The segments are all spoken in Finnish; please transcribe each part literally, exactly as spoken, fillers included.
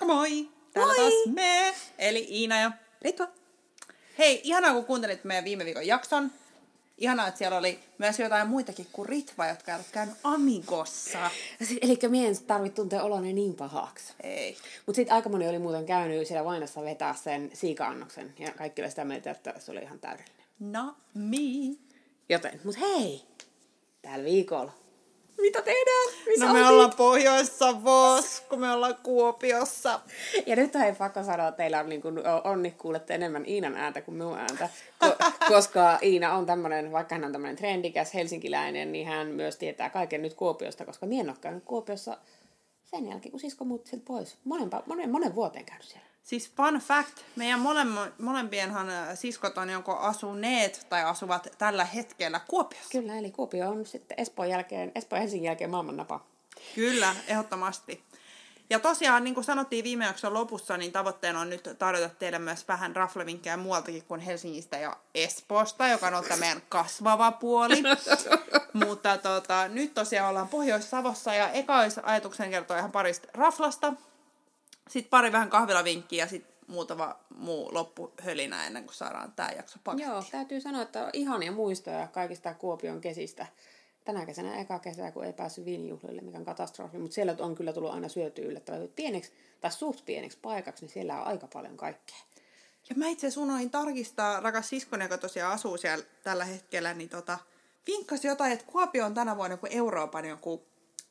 moi! Täällä Moi! taas me, eli Iina ja Ritva. hei, ihanaa kun kuuntelit meidän viime viikon jakson. Ihanaa, että siellä oli myös jotain muitakin kuin Ritva, jotka eivät käynyt Amigossa. Eli mien tarvitse tuntea olonne niin pahaksi. Ei. Mutta sitten aika moni oli muuten käynyt siellä Vainassa vetää sen siika-annoksen. Ja kaikki oli sitä mieltä, että se oli ihan täydellinen. No, me. Joten, mut hei! Tällä viikolla. Mitä tehdään? Missä No me oltiin? ollaan Pohjois-Savossa, kun me ollaan Kuopiossa. Ja nyt on pakko sanoa, että teillä on niin kuin, onni kuulette enemmän Iinan ääntä kuin minun ääntä. Ko- koska Iina on tämmöinen, vaikka hän on tämmöinen trendikäs helsinkiläinen, niin hän myös tietää kaiken nyt Kuopiosta, koska minä en ole käynyt Kuopiossa sen jälkeen, kun sisko muutti sieltä pois. Monen, monen, monen vuoteen käynyt siellä. Siis fun fact, meidän molemo- molempienhan siskot on joko asuneet tai asuvat tällä hetkellä Kuopiossa. Kyllä, eli Kuopio on sitten Espoon jälkeen, Espoon ja Helsingin jälkeen maailman napa. Kyllä, ehdottomasti. Ja tosiaan, niin kuin sanottiin viime jakson lopussa, niin tavoitteena on nyt tarjota teille myös vähän raflavinkkejä muualtakin kuin Helsingistä ja Espoosta, joka on tämä meidän kasvava puoli. Mutta tota, nyt tosiaan ollaan Pohjois-Savossa ja eka olisi ajatuksen kertoa ihan parista raflasta. Sitten pari vähän kahvilavinkkiä ja sitten muutama muu loppuhölinä ennen kuin saadaan tämä jakso pakettiin. Joo, täytyy sanoa, että on ihania muistoja kaikista Kuopion kesistä. Tänä kesänä eka kesä, kun ei päässyt viinijuhlille, mikä on katastrofi, mutta siellä on kyllä tullut aina syötyä yllättävän pieneksi tai suht pieneksi paikaksi, niin siellä on aika paljon kaikkea. Ja mä itse asiassa unohdin tarkistaa, rakas siskoni, joka tosiaan asuu siellä tällä hetkellä, niin tota, vinkkasi jotain, että Kuopio on tänä vuonna joku Euroopan joku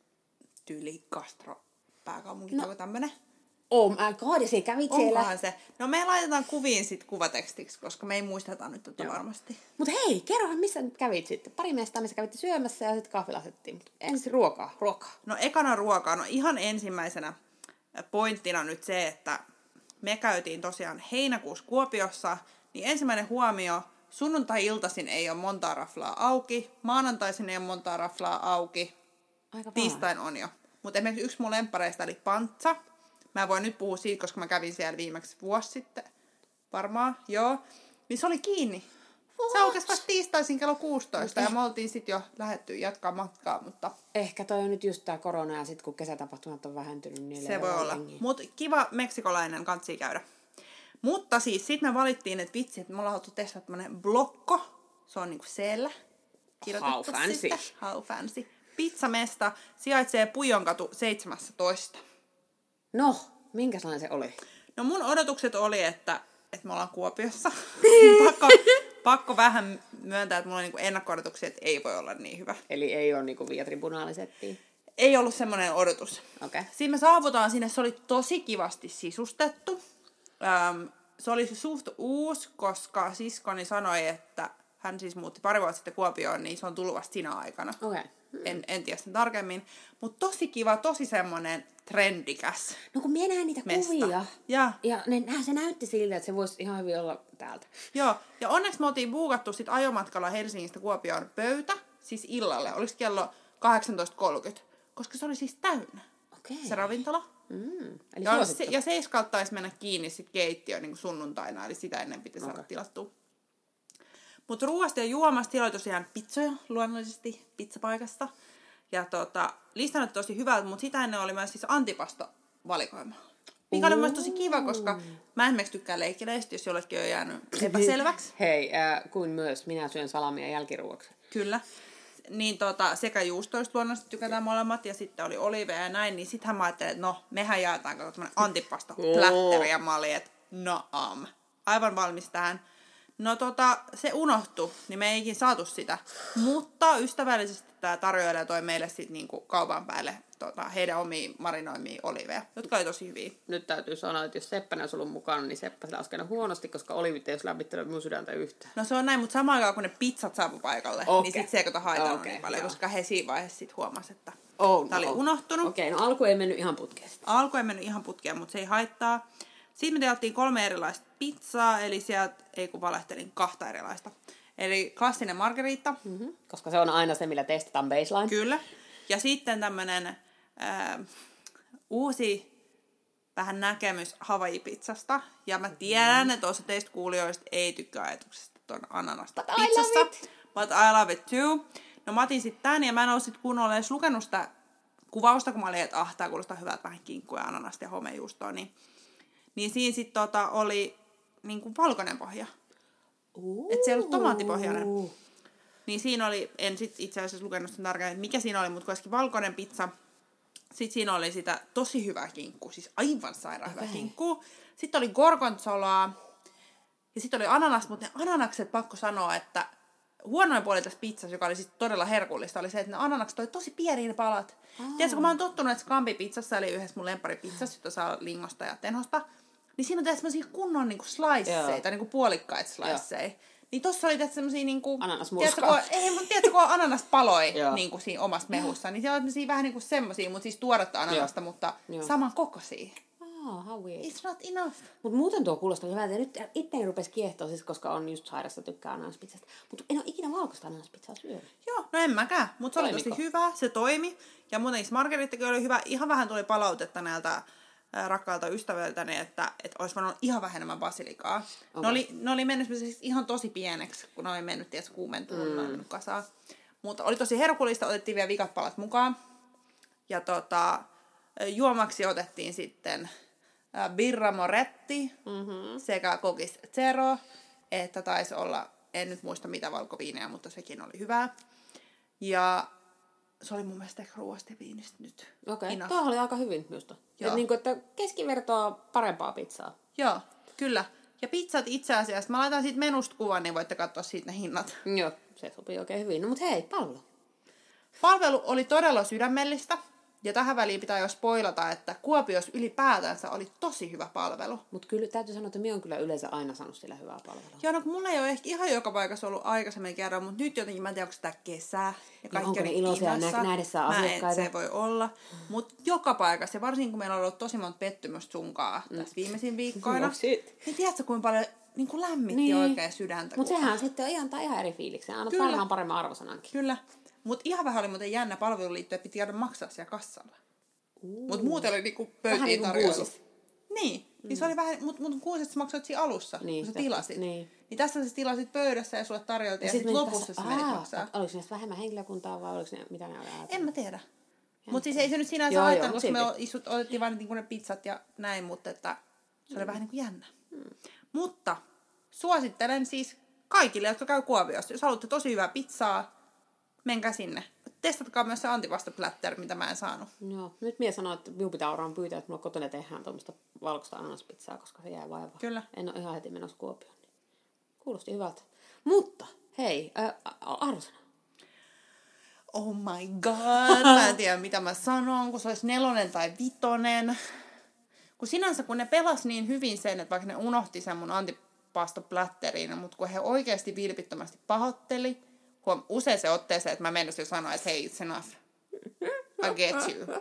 tyyli gastropääkaupunki no. tai tämmönen. Oh my god, ja se kävit siellä. Onkohan se? No me laitetaan kuviin sit kuvatekstiksi, koska me ei muisteta nyt tätä varmasti. Mutta hei, kerrohan missä nyt kävit sitten. Pari mestaa, missä kävitte syömässä ja sitten kahvilla asettiin. Mut ensin ruokaa, ruokaa. No ekana ruokaa, no ihan ensimmäisenä pointtina nyt se, että me käytiin tosiaan heinäkuussa Kuopiossa, niin ensimmäinen huomio, sunnuntai-iltaisin ei ole montaa raflaa auki, maanantaisin ei ole montaa raflaa auki, Aika tiistain on jo. Mutta esimerkiksi yksi mun lemppareista oli Pantsa. Mä voin nyt puhua siitä, koska mä kävin siellä viimeksi vuosi sitten. Varmaan, joo. Niin se oli kiinni. What? Se aukesi vasta tiistaisin kello kuusitoista okay. Ja me oltiin sitten jo lähdetty jatkaa matkaa, mutta ehkä toi on nyt just tää korona ja sit kun kesätapahtumat on vähentynyt, niin se voi olla. Mutta kiva meksikolainen kansi käydä. Mutta siis sitten me valittiin, että vitsi, että me ollaan haluttu testata tämmönen blokko. Se on niinku siellä. How fancy. Sitten. How fancy. Pizzamesta sijaitsee Pujonkatu seitsemäntoista. No, minkälainen se oli? No mun odotukset oli, että, että me ollaan Kuopiossa. pakko, pakko vähän myöntää, että mulla on niinku ennakko-odotuksia, että ei voi olla niin hyvä. Eli ei ole niinku viatribunaalisettiin? Ei ollut semmoinen odotus. Okay. Siinä me saavutaan sinne, se oli tosi kivasti sisustettu. Öm, se oli suht uusi, koska siskoni sanoi, että hän siis muutti pari vuotta sitten Kuopioon, niin se on tullut vasta sinä aikana. Okay. En, en tiedä sen tarkemmin. Mutta tosi kiva, tosi semmoinen trendikäs. No kun minä näen niitä mesta. kuvia. Ja, ja ne, se näytti siltä, että se voisi ihan hyvin olla täältä. Joo, ja onneksi me oltiin buukattu sit ajomatkalla Helsingistä Kuopioon pöytä, siis illalle. Oliko kello kahdeksantoista kolmekymmentä, koska se oli siis täynnä. Okay. Se ravintola. Mm, eli ja, se, ja seiskalta taisi mennä kiinni sit keittiö niin sunnuntaina, eli sitä ennen piti saada okay. tilattua. Mutta ruoasta ja juomasta siellä oli tosiaan pizzoja luonnollisesti pizzapaikasta. Ja tota, lista on tosi hyvältä, mutta sitä ennen oli myös siis antipasto-valikoima. Mikä oli myös tosi kiva, koska mä esimerkiksi tykkään leikkileistä, jos jollekin on jäänyt epäselväksi. Hei, äh, kuin myös minä syön salamia jälkiruoksi. Kyllä. Niin tota, sekä juustoista luonnollisesti tykätään molemmat, ja sitten oli oliveja ja näin, niin sittenhän mä ajattelin, että no, mehän jaetaan kato tämmönen antipasto-plätteri, ja mä olin, että no am. Aivan valmis tähän. No tota, se unohtui, niin me ei ikin saatu sitä. Mutta ystävällisesti tämä tarjoilija toi meille sitten niinku kaupan päälle tota, heidän omiin marinoimiin oliveja, jotka oli tosi hyviä. Nyt täytyy sanoa, että jos Seppänä olisi ollut mukana, niin Seppä sitä olisi käynyt huonosti, koska olivit ei olisi lämmittänyt mun sydäntä yhtään. No se on näin, mutta samaan aikaan kun ne pizzat saapui paikalle, okay. niin sitten se ei kato haitannut okay, niin paljon, joo. Koska he siinä vaiheessa sitten huomasi, että oh, tämä no. oli unohtunut. Okei, okay, no alku ei mennyt ihan putkeen. Alku ei mennyt ihan putkeen, mutta se ei haittaa. Sitten me teattiin kolme erilaista pizzaa, eli sieltä, ei kun valehtelin, kahta erilaista. Eli klassinen margherita. Mm-hmm. Koska se on aina se, millä testataan baseline. Kyllä. Ja sitten tämmönen äh, uusi vähän näkemys Hawaii-pizzasta. Ja mä tiedän, mm-hmm. että osa teistä kuulijoista ei tykkää ajatuksesta tuon ananasta But pizzassa. I love it. But I love it too. No mä otin sitten tän ja mä en oo sit kunnolla edes lukenut sitä kuvausta, kun mä olin, että ah, tää kuulostaa hyvältä, vähän kinkkua ja ananasta ja homejuustoa, niin, niin siinä sitten tota, oli niin kuin valkoinen pohja. Uh. Että se ei ollut tomaattipohjainen. Niin siinä oli, en sit itse asiassa lukenut sen tarkemmin, että mikä siinä oli, mutta kuitenkin valkoinen pizza. Sitten siinä oli sitä tosi hyvää kinkkua, siis aivan sairaan okay. hyvää kinkkua. Sitten oli gorgonzolaa ja sitten oli ananas, mutta ne ananakset, pakko sanoa, että huonoin puoli tässä pizzassa, joka oli siis todella herkullista, oli se, että ne ananakset oli tosi pieniä palat. Oh. Tiedätkö, kun mä oon tottunut, että Scampi-pizzassa, eli yhdessä mun lempparipizzassa, jota saa lingosta ja tenhosta, niin siinä on tehty semmosia kunnon niinku sliceja, niinku puolikkaita sliceja. Niin tossa oli tehty semmosia niinku... Ananasmurskaa. Ei, mutta tiedätkö, kun on anaнаspaloi niinku siinä omassa mehussa, niin siellä on semmosia vähän niinku semmosia, mutta siis tuoretta ananasta, mutta saman kokoisia. Oh, how weird. It's not enough. Mut muuten tuo kuulostaa hyvältä. Ja nyt itteeni rupesi kiehtoa, siis koska on just sairasta tykkää ananaspizzasta. Mutta en ole ikinä valkoista ananaspizzaa syönyt. Joo, no en mäkään. Mutta se oli tosi hyvä, se toimi. Ja muutenkin margarittakin oli hyvä. Ihan vähän tuli palautetta näiltä rakkailta ystäviltäni, että, että olisi voinut olla ihan vähän enemmän basilikaa. Okay. Ne, oli, ne oli mennyt siis ihan tosi pieneksi, kun ne oli mennyt ties kuumentunut mm. kasaan. Mutta oli tosi herkullista, otettiin vielä vikat palat mukaan. Ja tota, juomaksi otettiin sitten Birra Moretti mm-hmm. sekä Kokis Zero, että taisi olla, en nyt muista mitä valkoviineä, mutta sekin oli hyvää. Ja se oli mun mielestä ehkä ruoasta viinistä nyt. Okei, okay. Tuo oli aika hyvin just. Että niin kuin, että keskivertoa parempaa pizzaa. Joo, kyllä. Ja pizzat itse asiassa, mä laitan siitä menusta kuvan, niin voitte katsoa siitä ne hinnat. Joo, se sopii oikein hyvin. No mut hei, palvelu. Palvelu oli todella sydämellistä. Ja tähän väliin pitää jo spoilata, että Kuopiossa ylipäätänsä oli tosi hyvä palvelu. Mutta kyllä täytyy sanoa, että minä olen kyllä yleensä aina saanut sillä hyvää palvelua. Joo, no mulla ei ole ehkä ihan joka paikassa ollut aikaisemmin kerran, mutta nyt jotenkin mä en tiedä, onko sitä kesää. Ja kaikki no onko ne iloisia nä- nähdessä asiakkaita? Mä en, se voi olla. Mm. Mutta joka paikassa, ja varsinkin kun meillä on ollut tosi monta pettymystä sunkaan mm. tässä viimeisin viikkoina, no, niin tiedätkö kuinka paljon niin kuin lämmitti niin. oikein sydäntä. Mutta sehän sitten on ihan, ihan eri fiiliksi. Annat varmaan paremman arvosanankin. Kyllä. Mutta ihan vähän oli muuten jännä palveluliitto, että piti jäädä maksaa siellä kassalla. Mutta muuten oli niinku pöytiin tarjoilu. Niin. Mm. Niin se oli vähän, mutta mut kuusit sä maksoit siinä alussa, niin, kun sä tilasit. Niin. Niin tässä sä tilasit pöydässä ja sulle tarjoltiin ja, ja sit lopussa sä menit maksaa. Oliko ne vähemmän henkilökuntaa vai oliko ne, mitä ne oli ajatellut? En mä tiedä. Mutta siis ei se nyt sinänsä haittanut, koska me istut, otettiin vain niinku ne pizzat ja näin, mutta että se oli mm. vähän niinku jännä. Mm. Mutta suosittelen siis kaikille, jotka käy Kuopiossa. Jos haluatte tosi hyvää pizzaa, menkää sinne. Testatkaa myös se antipastaplatter, mitä mä en saanut. Joo. Nyt minä sanoin, että minun pitää oraan pyytää, että mulla kotona tehdään tuommoista valkoista ananaspizzaa, koska se jää vaivaa. Kyllä. En ole ihan heti menossa Kuopioon. Niin kuulosti hyvältä. Mutta, hei, äh, arvosana. Oh my god, mä en tiedä mitä mä sanon, kun se olisi nelonen tai vitonen. Kun sinänsä, kun ne pelas niin hyvin sen, että vaikka ne unohti sen mun antipastaplatteriin, mutta kun he oikeasti vilpittömästi pahoitteli, huom, usein se otteeseen, että mä menisin sanoa, että hei, it's enough. I get you.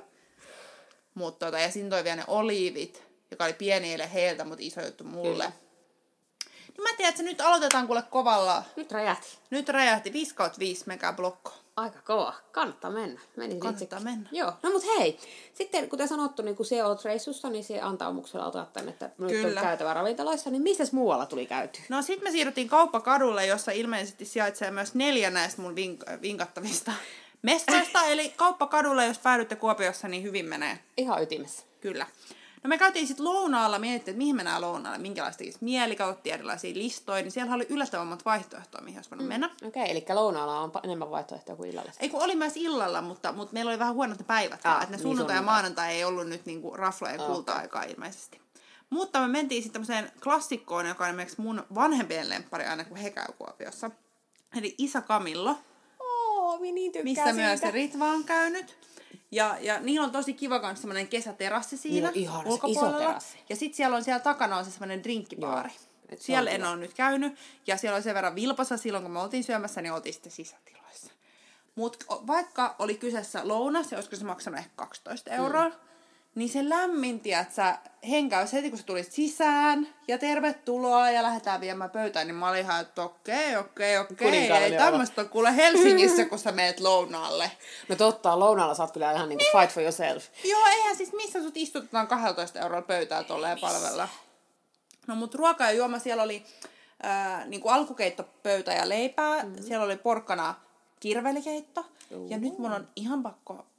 Mut tota, ja siinä toi vielä ne oliivit, joka oli pienille heiltä, mutta iso juttu mulle. Kyllä. Niin mä tiedän, että nyt aloitetaan kuule kovalla. Nyt räjähti. Nyt räjähti viisi kautta viisi megablokko. Aika kova. Kannattaa mennä. Menisin Kannattaa itsekin. mennä. Joo. No mut hei. Sitten kuten sanottu, niin kun se oot reissussa, niin se antaumuksella otat tänne, että nyt on käytävä ravintoloissa, niin missäs muualla tuli käyty? No sit me siirryttiin Kauppakadulle, jossa ilmeisesti sijaitsee myös neljä näistä mun vink- vinkattavista messoista. Eli Kauppakadulle, jos päädytte Kuopiossa, niin hyvin menee. Ihan ytimessä. Kyllä. No me käytiin sitten lounaalla, mietittiin, että mihin mennään lounaalle, minkälaista mieli, katsottiin erilaisia listoja, niin siellä oli yllättävän vaihtoehtoja, mihin olisi voinut mm. mennä. Okei, okay, eli lounaalla on enemmän vaihtoehtoja kuin illalla. Ei kun oli myös illalla, mutta, mutta meillä oli vähän huonot ne päivät. Ah, että ne niin sunnuntai ja maanantai ei ollut nyt niinku raflojen oh, kulta-aikaa okay. ilmeisesti. Mutta me mentiin sitten tämmöiseen klassikkoon, joka on esimerkiksi mun vanhempien lemppari aina, kun he käy Kuopiossa. Eli Isa Camillo. Oh, minä niin tykkään missä siitä. myös Ritva on käynyt. Ja, ja niillä on tosi kiva kans semmoinen kesäterassi siinä niin ihana, ulkopuolella. iso terassi. Ja sit siellä on siellä takana on se semmoinen drinkkibaari. Joo, siellä en ole nyt käynyt. Ja siellä oli sen verran vilpassa silloin, kun me oltiin syömässä, niin oltiin sitten sisätiloissa. Mut vaikka oli kyseessä lounas, ja olisiko se maksanut ehkä kaksitoista euroa, mm. niin se lämmin, tiiätsä, henkäys heti, kun sä tulit sisään, ja tervetuloa, ja lähdetään viemään pöytään, niin mä olin ihan, että okei, okei, okei, ei tämmöistä ole kuule Helsingissä, kun sä meet lounaalle. No totta, lounaalla sä oot kyllä ihan niinku niin. Fight for yourself. Joo, eihän siis missä sut istutetaan kaksitoista eurolla pöytää tolleen palvella. No mut ruoka ja juoma, siellä oli äh, niinku alkukeittopöytä ja leipää, mm-hmm. siellä oli porkkana kirvelikeitto, uh. ja nyt mun on ihan pakko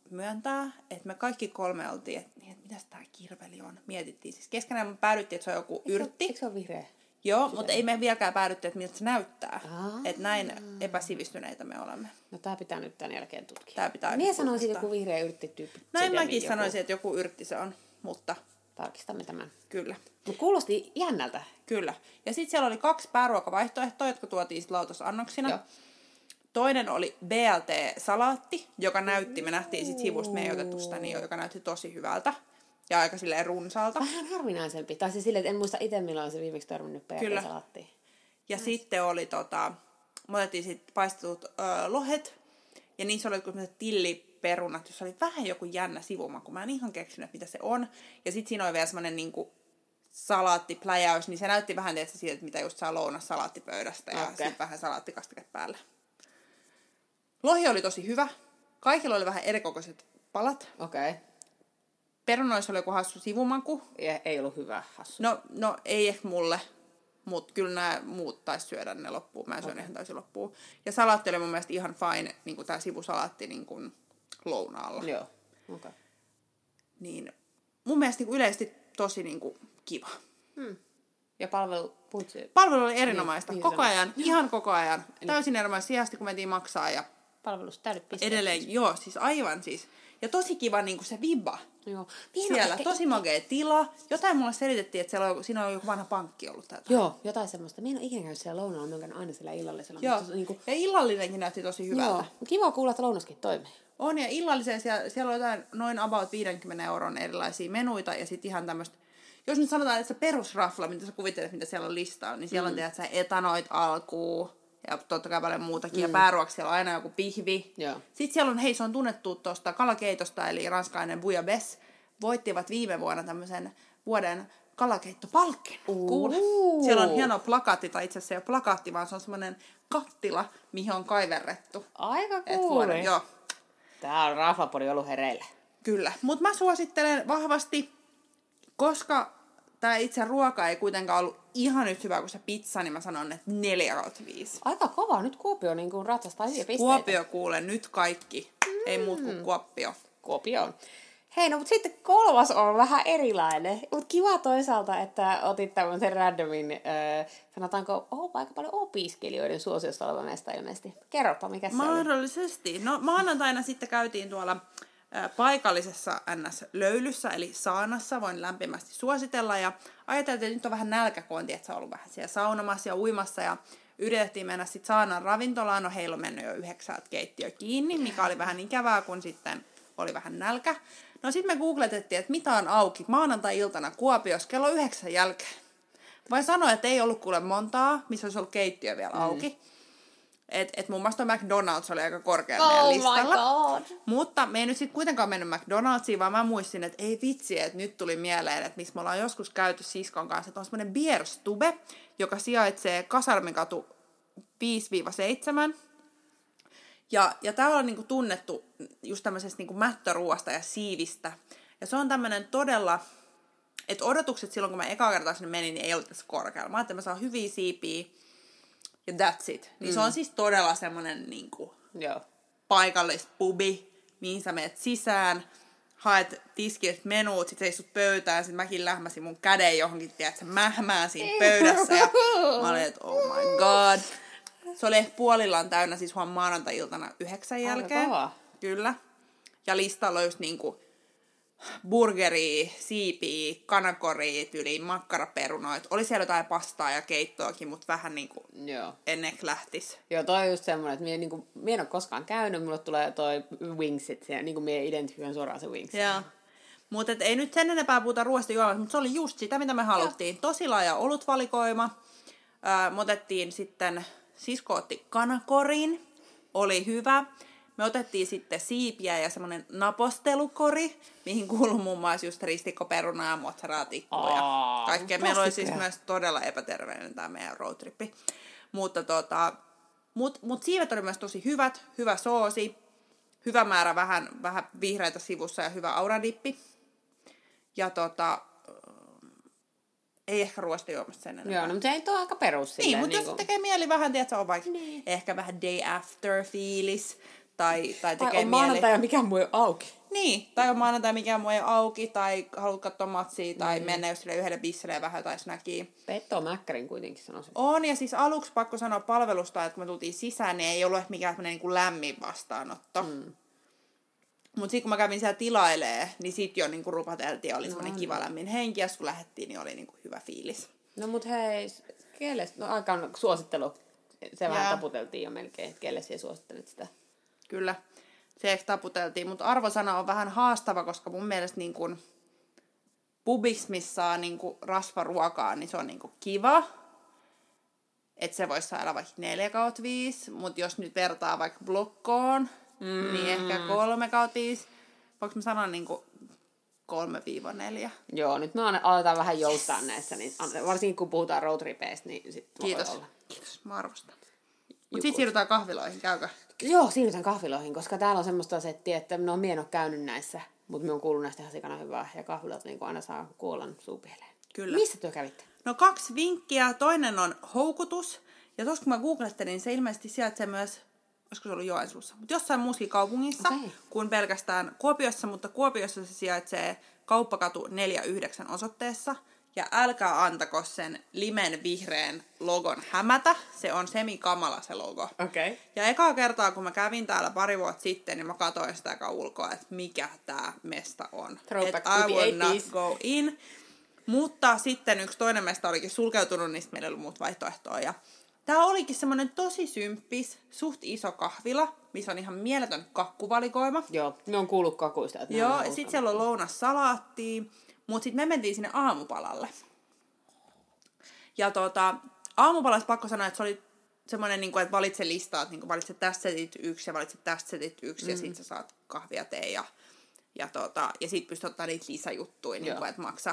myöntää, että me kaikki kolme oltiin, että, niin, että mitäs tää kirveli on. Mietittiin siis keskenään, me päädyttiin, että se on joku Eikö yrtti. Eikö se ole vihreä? Joo, Sitä mutta ei me vieläkään päädytty, että miltä se näyttää. Aa. Että näin epäsivistyneitä me olemme. No tää pitää nyt tämän jälkeen tutkia. Tää pitää Mie sanoisin joku vihreä yrttityyppi. Näin mäkin joku... sanoisin, että joku yrtti se on, mutta... Tarkistamme tämän. Kyllä. Mutta kuulosti jännältä. Kyllä. Ja sitten siellä oli kaksi pääruokavaihtoehtoa, jotka tuotiin sit lautasannoksina. Joo. Toinen oli B L T-salaatti, joka näytti, me nähtiin sit sivusta, me ei otettu sitä, niin, joka näytti tosi hyvältä. Ja aika silleen runsaalta. Vähän harvinaisempi. Tai siis silleen, että en muista itse milloin se viimeksi törmännyt B L T-salaattiin. Ja nice. Sitten oli tota, me otettiin sit paistetut ö, lohet. Ja niissä oli jotkut tilliperunat, jossa oli vähän joku jännä sivumaku. Mä en ihan keksinyt, mitä se on. Ja sitten siinä oli vielä semmonen niinku salaattipläjäys, niin se näytti vähän tietysti siitä, että mitä just saa lounas salaattipöydästä. Ja okay. Sitten vähän salaattikastike päälle. Lohi oli tosi hyvä. Kaikilla oli vähän erikokoiset palat. Okei. Okay. Perunoissa oli joku hassu sivumaku. Ja ei ollut hyvä hassu. No, no ei ehkä mulle. Mutta kyllä nämä muut taisi syödä ne loppuun. Mä en syön okay. ihan täysin loppuun. Ja salaatti oli mun mielestä ihan fine, niin kuin tämä sivusalaatti niin kuin lounaalla. Joo, okei. Okay. Niin mun mielestä niin kuin yleisesti tosi niin kuin kiva. Hmm. Ja palvelu, puhutsi... Palvelu oli erinomaista. Niin, koko ajan, ihan koko ajan. Eli... Täysin erinomaista sijasta, kun mentiin maksaa. Ja palvelus täydet pisteet. Edelleen, joo, siis aivan siis. Ja tosi kiva niin kuin se vibba. Joo. Siellä, ehkä... tosi magea tila. Jotain mulle selitettiin, että siellä on, siinä on joku vanha pankki ollut. Täältä. Joo, jotain semmoista. Minä en ole ikinä käynyt siellä lounaalla, minä olen aina siellä illallisella. Joo, mutta, niin kuin... ja illallinenkin näytti tosi hyvältä. Joo, kiva kuulla, että lounaskin toimii. On, ja illallisen siellä, siellä on jotain noin about viidenkymmenen euron erilaisia menuita, ja sitten ihan tämmöistä, jos nyt sanotaan, että se perusrafla, mitä sä kuvittelet, mitä siellä on listaa, niin siellä mm. on tiedät, että sä etanoit alkuun, ja totta kai paljon muutakin, mm. ja pääruoksi siellä on aina joku pihvi. Joo. Sitten siellä on, hei, se on tunnettu tuosta kalakeitosta, eli ranskalainen bouillabaisse, voittivat viime vuonna tämmöisen vuoden kalakeittopalkin. Kuule, siellä on hieno plakaatti, tai itse asiassa ei ole plakaatti, vaan se on semmoinen kattila, mihin on kaiverrettu. Aika kuuli. Joo. Tää on Raflapodi ollut hereillä. Kyllä, mutta mä suosittelen vahvasti, koska tää itse ruoka ei kuitenkaan ollut ihan yhtä hyvä kuin se pizza, niin mä sanon, että neljä kautta viisi. Aika kova, nyt Kuopio niin kuin ratsastaa hyviä pisteitä. Kuopio kuule, nyt kaikki. Mm. Ei muut kuin Kuopio. Kuopio on. Hei, no mutta sitten kolmas on vähän erilainen. Mutta kiva toisaalta, että otit tämmöisen randomin, äh, sanotaanko, oh, aika paljon opiskelijoiden suosiosta oleva mesta ilmeisesti. Kerropa, mikä se oli. Mahdollisesti. No maanantaina sitten käytiin tuolla äh, paikallisessa N S-löylyssä, eli saunassa. Voin lämpimästi suositella. Ja ajateltiin, että nyt on vähän nälkä, kun on tietysti, ollut vähän siellä saunomassa ja uimassa. Ja yritettiin mennä sitten saunan ravintolaan. No heillä on mennyt jo yhdeksältä keittiö kiinni, mikä oli vähän ikävää, kun sitten oli vähän nälkä. No sit me googletettiin, että mitä on auki maanantai-iltana Kuopiossa kello yhdeksän jälkeen. Vai sanoa, että ei ollut kuule montaa, missä olisi ollut keittiö vielä mm. auki. Että et muun muassa McDonald's oli aika korkealla meidän oh listalla. Mutta me ei nyt sitten kuitenkaan mennyt McDonald'siin, vaan mä muistin, että ei vitsi, että nyt tuli mieleen, että missä me ollaan joskus käyty siskon kanssa, että on semmoinen Bierstube, joka sijaitsee Kasarmikatu viisi seitsemän. Ja, ja täällä on niinku tunnettu just tämmöisestä niinku mättöruoasta ja siivistä. Ja se on tämmöinen todella, että odotukset silloin, kun mä ekaa kertaa sinne menin, niin ei ollut tässä korkealla. Mä ajattelin, että mä saan hyviä siipiä ja that's it. Niin mm. se on siis todella semmoinen niinku paikallispubi, mihin sä menet sisään, haet tiskiltä menuut, sit sä istut pöytään, sit mäkin lähmäsin mun käden johonkin, tiedätkö, mähmään siinä pöydässä. Ja mä olin, että oh my god. Se oli ehkä puolillaan täynnä siis huom maanantai-iltana yhdeksän jälkeen. Aika Kyllä. Ja listalla on just niinku burgeria, siipiä, kanakoria, tyyliin makkaraperunoit. Oli siellä jotain pastaa ja keittoakin, mutta vähän niinku en ehkä lähtis. Joo, toi on just semmoinen, että mie, niinku, mie en ole koskaan käynyt, mulle tulee toi wingsit, ja niinku mie identifioin suoraan se wings. Joo. Mutta ei nyt sen enempää puhuta ruoasta juomasta, mutta se oli just sitä, mitä me haluttiin. Ja. Tosi laaja olutvalikoima. Öö, me otettiin sitten... Sisko otti kanakorin, oli hyvä. Me otettiin sitten siipiä ja semmoinen napostelukori, mihin kuului muun muassa just ristikkoperunaa, mozzarella-tikkua ja kaikkea. Meillä oli siis myös todella epäterveellinen tämä meidän roadtrippi. Mutta tota, mut, mut siivet oli myös tosi hyvät, hyvä soosi, hyvä määrä vähän, vähän vihreitä sivussa ja hyvä auradippi. Ja tota... Ei ehkä ruoasta juomasta sen enempää. Joo, no, mutta ei tuo aika perus silleen. Niin, mutta niin jos tekee mieli vähän, tiedätkö, on vaikka niin. Ehkä vähän day after fiilis. Tai, tai tekee tai on mieli... maanantai ja mikään muu ei auki. Niin, tai on maanantai mikään muu ei auki, tai haluat katsoa matsia, tai mm. mennä jos sille yhdelle bisseleen vähän tai snackia. Petto mäkkärin kuitenkin sanoisin. On, ja siis aluksi pakko sanoa palvelusta, että kun me tultiin sisään, niin ei ollut ehkä mikään niin kuin lämmin vastaanotto. Mm. Mutta sitten kun mä kävin siellä tilailee, niin sit jo niin kuin rupateltiin, oli no, semmoinen no. kiva lämmin henki, ja kun lähdettiin, niin oli niin kuin hyvä fiilis. No mut hei, kelle, no aika suosittelu, se ja. vähän taputeltiin jo melkein, että kelle siellä suosittelit sitä? Kyllä, se ehkä taputeltiin, mutta arvosana on vähän haastava, koska mun mielestä niin kuin pubiksi, missä saa niin kuin rasvaruokaa, niin se on niin kuin kiva. Että se voisi saada vaikka neljä kautta viisi, mutta jos nyt vertaa vaikka blokkoon, mm. niin ehkä kolme kautta viisi. Voinko mä sanoa niin kuin kolme viiva neljä? Joo, nyt me aletaan vähän joustaa yes. näissä, niin varsinkin kun puhutaan roadtripeistä, niin sit Kiitos. Olla. Kiitos, mä arvostan. Mutta sitten siirrytään kahviloihin, käykö? Joo, siirrytään kahviloihin, koska täällä on semmoista settiä, että no mie en ole käynyt näissä, mutta me on kuullut näistä ihan sikana hyvää, ja kahvilat niin aina saa kuolan suupieleen. Kyllä. Missä työ kävitte? No kaksi vinkkiä. Toinen on houkutus. Ja tuossa kun mä googlettelin, niin se ilmeisesti sijaitsee myös, olisiko se ollut Joensuussa, mutta jossain muussakin kaupungissa okay. kuin pelkästään Kuopiossa, mutta Kuopiossa se sijaitsee Kauppakatu neljäkymmentäyhdeksän osoitteessa. Ja älkää antako sen limen vihreän logon hämätä. Se on semikamala se logo. Okay. Ja ekaa kertaa, kun mä kävin täällä pari vuotta sitten, niin mä katsoin sitä eka ulkoa, että mikä tää mesta on. Että I will not go in. Mutta sitten yksi toinen mesta olikin sulkeutunut, niin meillä ei ollut muut vaihtoehtoa. Ja tää olikin semmonen tosi symppis, suht iso kahvila, missä on ihan mieletön kakkuvalikoima. Joo, me on kuullut kakuista. Että Joo, ja sit siellä on lounassalaattia, mutta sit me mentiin sinne aamupalalle. Ja tota, aamupalassa pakko sanoa, että se oli semmonen, niin kuin, että valitse listaat, niin kuin valitse tästä setit yksi ja valitse tästä setit yksi, mm. ja sit sä saat kahvia, tee ja, ja, tota, ja sit pystyt ottaa niitä lisäjuttuja, niin kuin, että maksa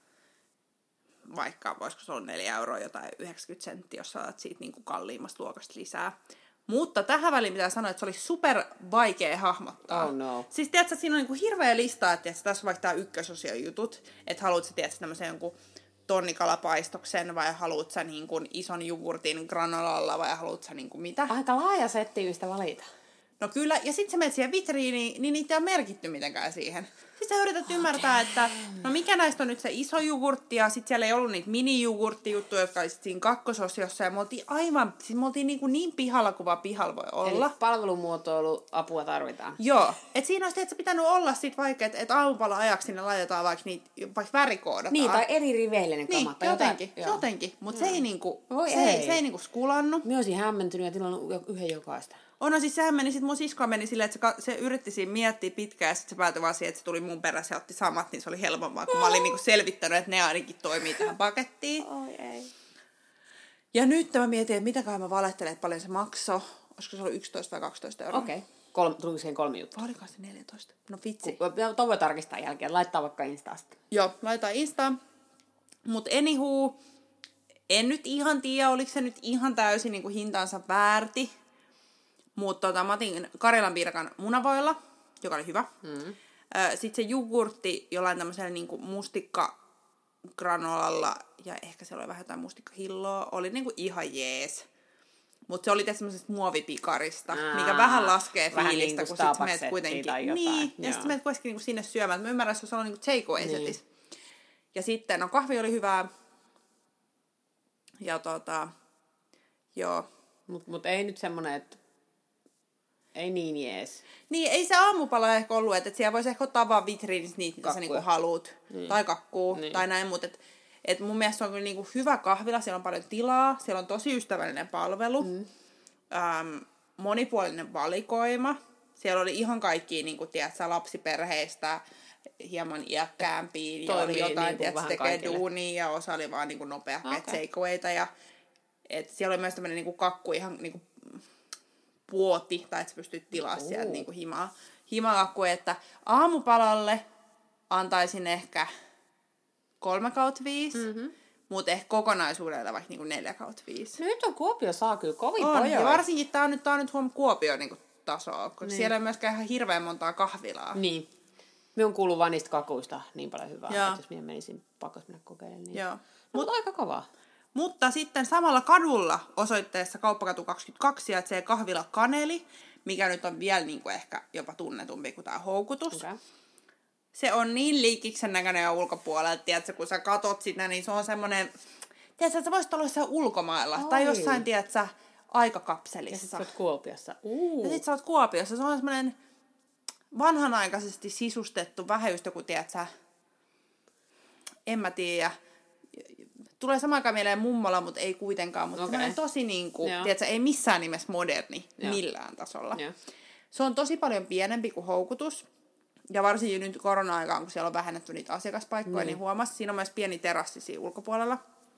vaikka, voisiko se olla neljä euroa jotain yhdeksänkymmentä senttiä, jos saat siitä niin kuin kalliimmasta luokasta lisää. Mutta tähän väliin pitää sanoa, että se oli super vaikea hahmottaa. Oh no. Siis tiedätkö, siinä on niin kuin hirveä lista, että tässä on vaikka tämä ykkösosion jutut, että haluat sä tiedätkö tämmöisen jonkun tonnikalapaistoksen vai haluat sä niin kuin ison jogurtin granolalla vai haluat sä niin kuin mitä. Aika laaja setti, mistä valita. No kyllä, ja sitten sä menet siihen vitriiniin, niin niitä ei ole merkitty mitenkään siihen. Sitten sä yrität ymmärtää, että no mikä näistä on nyt se iso jogurtti, ja sitten siellä ei ollut niitä mini-jogurttijuttuja, jotka oli siinä kakkososiossa, ja me oltiin aivan, siis me oltiin niin, kuin niin pihalla kuin vaan pihalla voi olla. Eli palvelumuotoilu apua tarvitaan. Joo, että siinä olisi tietysti pitänyt olla sit vaikka, että et aamupala ajaksi sinne laitetaan vaikka niitä, vaikka värikoodataan. Niin, tai eri riveille ne kamat. Niin, jotenkin, jotain, jotenkin, mutta se ei niinku, se ei, ei, se ei niinku skulannut. Mä olisin hämmentynyt ja tilannut yhden jokaista. On, no siis sehän meni, sit mun sisko meni silleen, että se, se yritti siinä miettiä pitkään, ja sit se päätyi vaan siihen, että se tuli mun perässä ja otti samat, niin se oli helpompaa, kun mä olin niinku selvittänyt, että ne ainakin toimii tähän pakettiin. Oi ei. Ja nyt mä mietin, että mitäkään mä valehtelen, että paljon se maksoi. Olisiko se ollut yksitoista vai kaksitoista euroa? Okei. Okay. Tuliko siihen kolme juttua? Oliko se neljätoista? No vitsi. Tuo voi tarkistaa jälkeen. Laittaa vaikka Instasta. Joo, laitetaan Instaan. Mut anywho, en nyt ihan tiedä, oliko se nyt ihan täysin niin kuin hintansa väärti. Mutta tota, mä otin Karjalan piirakan munavoilla, joka oli hyvä. Mm. Sitten se jogurtti jollain tämmöisellä niinku mustikkagranolalla, ja ehkä siellä oli vähän jotain mustikkahilloa, oli niinku ihan jees. Mutta se oli tässä semmoisesta muovipikarista, Aa, mikä vähän laskee vähän fiilistä, niin kun sit sä menet kuitenkin. Niin, ja sit sä menet kuitenkin niinku sinne syömään. Mä ymmärrän, että se on niinku take away setis. Niin. Ja sitten, no kahvi oli hyvää. Ja tota, joo. Mut, mut ei nyt semmonen, että ei niin jees. Niin, ei se aamupala ehkä ollut, että siellä voisi ehkä ottaa vaan vitriinissä niitä, mitä sä niinku haluut. Niin. Tai kakkuu, niin. Tai näin, mutta et, et mun mielestä se on kyllä niinku hyvä kahvila, siellä on paljon tilaa, siellä on tosi ystävällinen palvelu, mm. ähm, monipuolinen valikoima. Siellä oli ihan kaikkia, niin kuin tiedätkö, lapsiperheistä hieman iäkkäämpiin, ja oli jotain, niin tiedätkö, tekee duunia, ja osa oli vaan niin nopeahkeet okay. takeawayta, ja et siellä oli myös tämmöinen niin kakku ihan niin kuin puoti, tai että sä pystyt tilaa uh. sieltä niin kuin himaa, himakakku, että aamupalalle antaisin ehkä kolme kautta viisi, mm-hmm. mutta ehkä kokonaisuudella vaikka niin neljä kautta viisi. No nyt on Kuopio saa kyllä kovin on, pojoja. Ja varsinkin tää on nyt, tää on nyt huom Kuopio niin tasoa, koska niin. Siellä ei myöskään ihan hirveän montaa kahvilaa. Niin. Me on kuullut vaan niistä kakuista niin paljon hyvää, Joo. että jos minä menisin pakko mennä kokeilemaan. Niin. Joo. Mutta aika kovaa. Mutta sitten samalla kadulla osoitteessa Kauppakatu kaksikymmentäkaksi sijaitsee kahvila Kaneli, mikä nyt on vielä niin kuin ehkä jopa tunnetumpi kuin tämä houkutus. Okay. Se on niin liikiksen näköinen ja ulkopuolelta, tiedätkö, kun sä katot sitä, niin se on semmoinen, tiedätkö, että sä voisit olla jossain ulkomailla. Oi. Tai jossain, tiedätkö, aikakapselissa. Ja sit sä oot Kuopiossa. Uh. Ja sit sä oot Kuopiossa. Se on semmoinen vanhanaikaisesti sisustettu, vähän just joku, tiedätkö, en mä tiedä. Tulee samaan aikaan mieleen mummola, mutta ei kuitenkaan. Mutta okay. Semmoinen tosi niin kuin, tiedätkö, ei missään nimessä moderni Joo. millään tasolla. Joo. Se on tosi paljon pienempi kuin houkutus. Ja varsinkin nyt korona-aikaan, kun siellä on vähennetty niitä asiakaspaikkoja, niin, niin huomasi. Siinä on myös pieni terassi siinä ulkopuolella.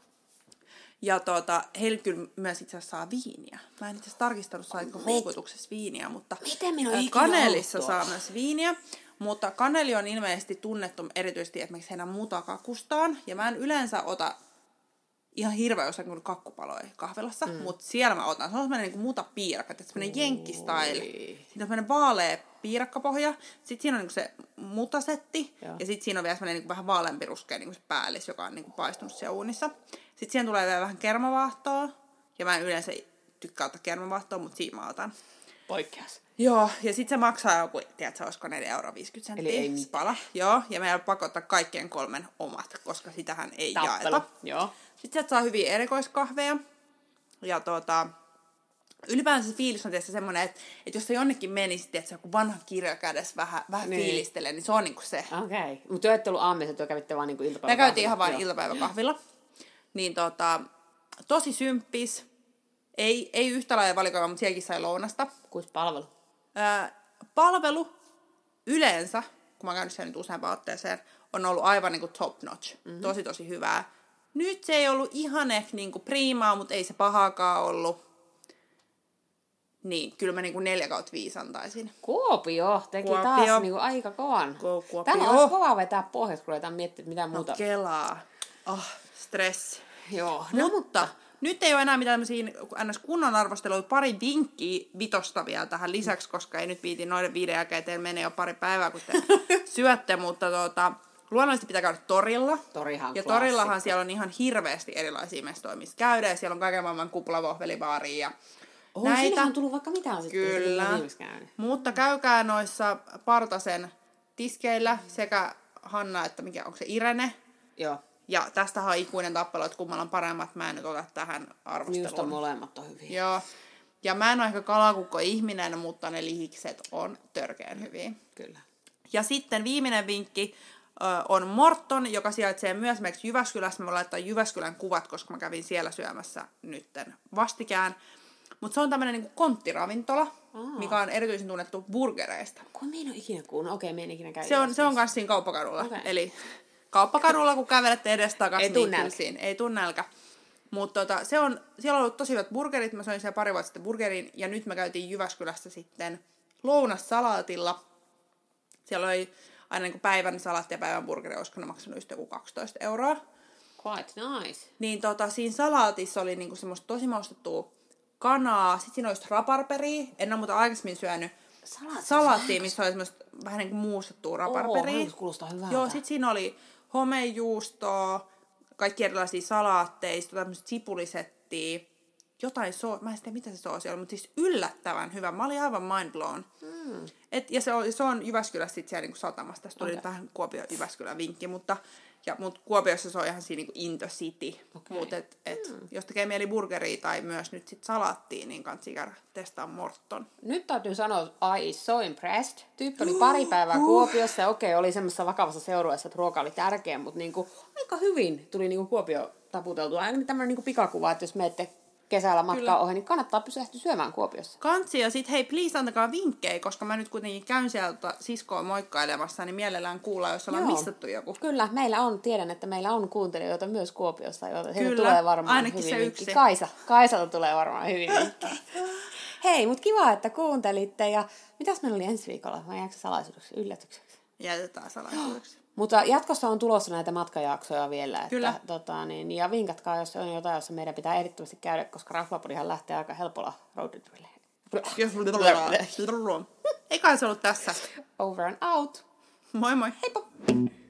Ja tuota, heillä kyllä myös itse asiassa saa viiniä. Mä en itse asiassa tarkistanut, saitko Mit? houkutuksessa viiniä, mutta Kanelissa saa myös viiniä. Mutta Kaneli on ilmeisesti tunnettu erityisesti esimerkiksi heidän mutakakustaan. Ja mä en yleensä ota ihan hirveä osa kuin kakkupaloja kahvilassa, mm. mutta siellä mä otan. Se on semmoinen niin mutapiirakka, että semmoinen jenkkistyle. Siinä on semmoinen vaalea piirakkapohja. Sitten siinä on niin se mutasetti. Joo. Ja sitten siinä on vielä semmoinen niin vähän vaaleampi ruskea niin se päällis, joka on niin paistunut siellä uunissa. Sitten siihen tulee vielä vähän kermavaahtoa. Ja mä en yleensä tykkää ottaa kermavaahtoa, mutta siinä mä otan. Poikkeas. Joo, ja sitten se maksaa joku, tiedätkö, olisiko neljä euroa viisikymmentä senttiä. Eli ei mitään. Pala. Joo, ja meillä pakottaa kaikkien kolmen omat, koska sitähän ei Tappelu. jaeta. Joo. Sitten sieltä saa hyviä erikoiskahveja. Ja tota, ylipäänsä se fiilis on tietysti semmoinen, että, että jos sä jonnekin menisit, että se joku vanha kirja kädessä vähän, vähän niin. fiilistelee, niin se on niinku se. Okei. Okay. Mutta te ette ollut aamissa, te kävitte vaan niinku iltapäiväkahvilla. Me käytiin ihan vaan iltapäiväkahvilla. Niin tota, tosi symppis. Ei, ei yhtä lailla valikoiva, mutta sielläkin sai lounasta. Kuinka palvelu? Öö, palvelu yleensä, kun mä oon käynyt siellä nyt useampaan otteeseen, on ollut aivan niin kuin top notch. Mm-hmm. Tosi tosi hyvää. Nyt se ei ollut ihan ehkä niin kuin priimaa, mutta ei se pahaakaan ollut. Niin, kyllä mä niin kuin neljä kautta viisi antaisin. Kuopio teki Kuopio. taas niin kuin aika kovan. Kuopio. Tämä on kova vetää pohjassa, kun ruvetaan miettimään mitä muuta. No kelaa. Oh, stressi. Joo. No, mutta nyt ei ole enää mitään tämmöisiä kunnon arvosteluja, pari vinkkiä vitosta vielä tähän lisäksi, koska ei nyt viitin noiden viiden jälkeen, teillä menee jo pari päivää, kun te syötte, mutta tuota, luonnollisesti pitää käydä torilla. Torihan ja torillahan siellä on ihan hirveästi erilaisia mestoja, missä käydä, ja siellä on kaiken maailman kuplavohvelibaaria ja Oho, näitä. Sillähän on tullut vaikka mitään sitten. Kyllä, mutta käykää noissa Partasen tiskeillä sekä Hanna, että mikä onko se Irene. Joo. Ja tästähän on ikuinen tappelu, että kummalla on paremmat. Mä en nyt ota tähän arvosteluun. Minusta molemmat on hyviä. Joo. Ja mä en ole ehkä kalakukko-ihminen, mutta ne lihikset on törkeän hyviä. Kyllä. Ja sitten viimeinen vinkki ö, on Morton, joka sijaitsee myös esimerkiksi Jyväskylässä. Mä laittaa Jyväskylän kuvat, koska mä kävin siellä syömässä nytten vastikään. Mutta se on tämmöinen niinku konttiravintola, Aa. mikä on erityisen tunnettu burgereista. Kun mä en ole ikinä kuunnut. Okei, mä en ikinä käy. Se on, se on kanssa siinä kauppakadulla. Okay. Eli kauppakadulla, kun kävelette edestakas, ei niin siinä. Ei tuu nälkä. Mutta tota, se on, siellä on ollut tosi hyvät burgerit. Mä söin siellä pari vuotta sitten burgerin. Ja nyt me käytiin Jyväskylässä sitten lounassalaatilla. Siellä oli aina niin kuin päivän salaatti ja päivän burgeri. Olisiko ne maksanut just joku kaksitoista euroa. Quite nice. Niin tota, siinä salaatissa oli niinku semmoista tosi maustettua kanaa. Sitten siinä oli just raparperia. En ole muuta aikaisemmin syönyt Salaat, salaattia, missä oli semmoista vähän niin kuin muustettua raparperia. Oho, kuulostaa hyvältä. Joo, sit siinä oli homejuustoa, kaikki erilaisia salaatteja, tämmöistä sipulisettiä, jotain soo... Mä en tiedä, mitä se soosi oli, mutta siis yllättävän hyvä. Mä olin aivan mind blown. Mm. Et, ja se on, se on Jyväskylässä sit siellä niin satamassa. Tästä tuli okay. vähän Kuopio-Jyväskylän vinkki, mutta ja, mut Kuopiossa se on ihan siinä niin kuin into city. Okay. Mutta et, et, mm. jos tekee mieli burgeria tai myös nyt sit salaattia, niin kannattaa käydä testaa Morton. Nyt täytyy sanoa, että I is so impressed. Tyyppi oli pari päivää Kuopiossa ja okei, okay, oli semmoisessa vakavassa seurueessa, että ruoka oli tärkeä, mutta niinku, aika hyvin tuli niinku Kuopio taputeltua. Aina tämmöinen niinku pikakuva, että jos menette kesällä matkaa ohi, niin kannattaa pysähtyä syömään Kuopiossa. Kansi, ja sit hei, please antakaa vinkkejä, koska mä nyt kuitenkin käyn sieltä siskoa moikkailemassa, niin mielellään kuulla, jos ollaan missattu joku. Kyllä, meillä on, tiedän, että meillä on kuuntelijoita myös Kuopiossa, joita heille tulee varmaan ainakin hyvin se vinkki. yksi. Kaisa, Kaisalta tulee varmaan hyvin vinkki. Hei, mut kiva, että kuuntelitte, ja mitäs meillä oli ensi viikolla? Vai jääkö se salaisuudeksi, yllätykseksi? Jätetään salaisuudeksi. Mutta jatkossa on tulossa näitä matkajaksoja vielä. Että, Kyllä. Tota, niin, ja vinkatkaa, jos on jotain, jossa meidän pitää ehdottomasti käydä, koska Raflapodihan lähtee aika helpolla roadtripille. Eikä se ollut tässä. Over and out. Moi moi. Heippa.